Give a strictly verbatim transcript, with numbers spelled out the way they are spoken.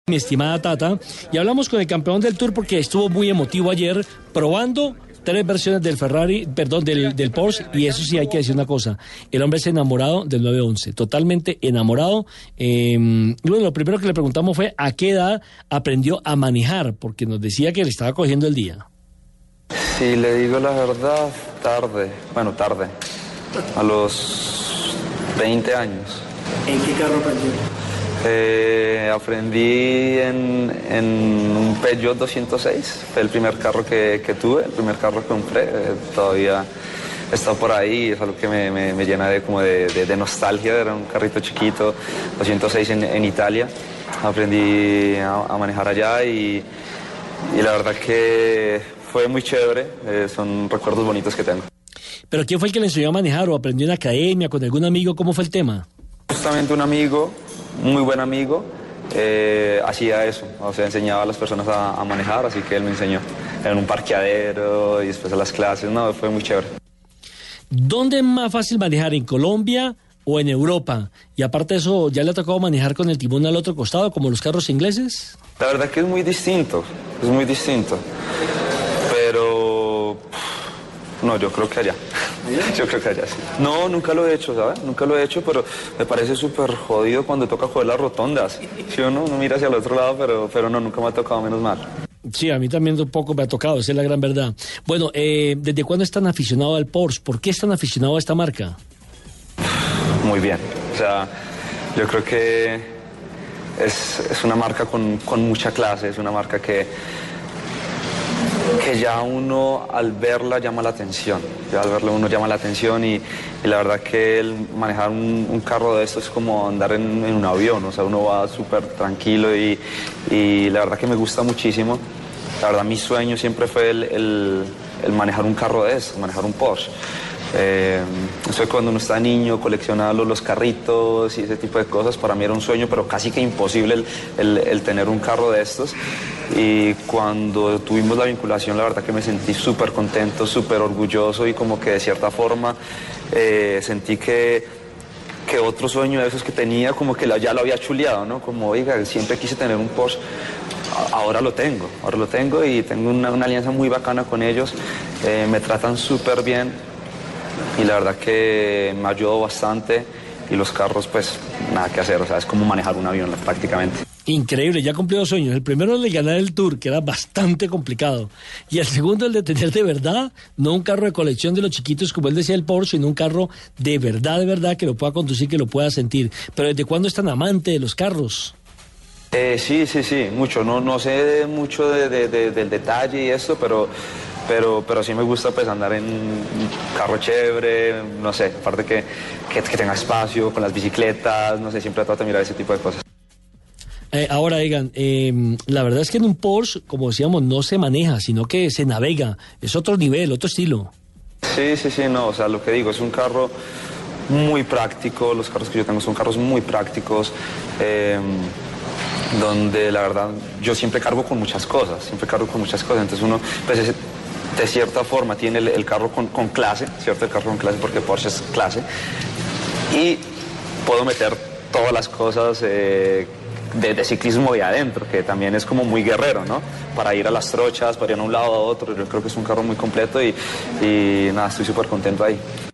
Mi estimada Tata, y hablamos con el campeón del Tour porque estuvo muy emotivo ayer probando tres versiones del Ferrari, perdón, del, del Porsche, y eso sí hay que decir una cosa, el hombre es enamorado del nueve once, totalmente enamorado. Eh, y bueno, lo primero que le preguntamos fue a qué edad aprendió a manejar, porque nos decía que le estaba cogiendo el día. Si le digo la verdad, tarde, bueno, tarde, a los veinte años. ¿En qué carro aprendió? Eh, aprendí en, en un Peugeot doscientos seis, fue el primer carro que, que tuve, el primer carro que compré, eh, todavía está por ahí, es algo que me, me, me llena de, como de, de, de nostalgia, era un carrito chiquito, doscientos seis en, en Italia, aprendí a, a manejar allá y, y la verdad que fue muy chévere, eh, son recuerdos bonitos que tengo. ¿Pero quién fue el que le enseñó a manejar o aprendió en academia, con algún amigo? ¿Cómo fue el tema? Justamente un amigo, muy buen amigo, eh, hacía eso, o sea, enseñaba a las personas a, a manejar, así que él me enseñó en un parqueadero y después a las clases, no, fue muy chévere. ¿Dónde es más fácil manejar, en Colombia o en Europa? Y aparte de eso, ¿ya le ha tocado manejar con el timón al otro costado, como los carros ingleses? La verdad que es muy distinto, es muy distinto, pero no, yo creo que allá. Yo creo que allá sí. No, nunca lo he hecho, ¿sabes? Nunca lo he hecho, pero me parece súper jodido cuando toca coger las rotondas. Si uno no mira hacia el otro lado, pero, pero no, nunca me ha tocado, menos mal. Sí, a mí también un poco me ha tocado, esa es la gran verdad. Bueno, eh, ¿desde cuándo es tan aficionado al Porsche? ¿Por qué es tan aficionado a esta marca? Muy bien, o sea, yo creo que es, es una marca con, con mucha clase, es una marca que... que ya uno al verla llama la atención, ya al verla uno llama la atención y, y la verdad que el manejar un, un carro de esto es como andar en, en un avión, o sea, uno va súper tranquilo y, y la verdad que me gusta muchísimo. La verdad mi sueño siempre fue el, el, el manejar un carro de esto, manejar un Porsche. Eh, eso es cuando uno está niño, coleccionando los carritos y ese tipo de cosas, para mí era un sueño, pero casi que imposible el, el, el tener un carro de estos. Y cuando tuvimos la vinculación, la verdad que me sentí súper contento, súper orgulloso y como que de cierta forma eh, sentí que, que otro sueño de esos que tenía, como que la, ya lo había chuleado, ¿no? Como, oiga, siempre quise tener un Porsche. Ahora lo tengo, ahora lo tengo y tengo una, una alianza muy bacana con ellos, eh, me tratan súper bien y la verdad que me ayudó bastante y los carros pues nada que hacer, o sea, es como manejar un avión prácticamente. Increíble, ya cumplió dos sueños. El primero el de ganar el Tour, que era bastante complicado. Y el segundo el de tener de verdad, no un carro de colección de los chiquitos, como él decía el Porsche, sino un carro de verdad, de verdad, que lo pueda conducir, que lo pueda sentir. Pero ¿desde cuándo es tan amante de los carros? Eh, sí, sí, sí, mucho. No, no sé mucho de, de, de, del detalle y esto, pero, pero, pero sí me gusta pues andar en un carro chévere, no sé, aparte que, que, que tenga espacio, con las bicicletas, no sé, siempre trato de mirar ese tipo de cosas. Eh, ahora, digan, eh, la verdad es que en un Porsche, como decíamos, no se maneja, sino que se navega. Es otro nivel, otro estilo. Sí, sí, sí, no, o sea, lo que digo, es un carro muy práctico, los carros que yo tengo son carros muy prácticos, eh, donde la verdad yo siempre cargo con muchas cosas, siempre cargo con muchas cosas, entonces uno, pues es, de cierta forma tiene el, el carro con, con clase, ¿cierto? El carro con clase porque Porsche es clase, y puedo meter todas las cosas eh, de, de ciclismo de adentro, que también es como muy guerrero, ¿no? Para ir a las trochas, para ir a un lado a otro, yo creo que es un carro muy completo y, y nada, estoy súper contento ahí.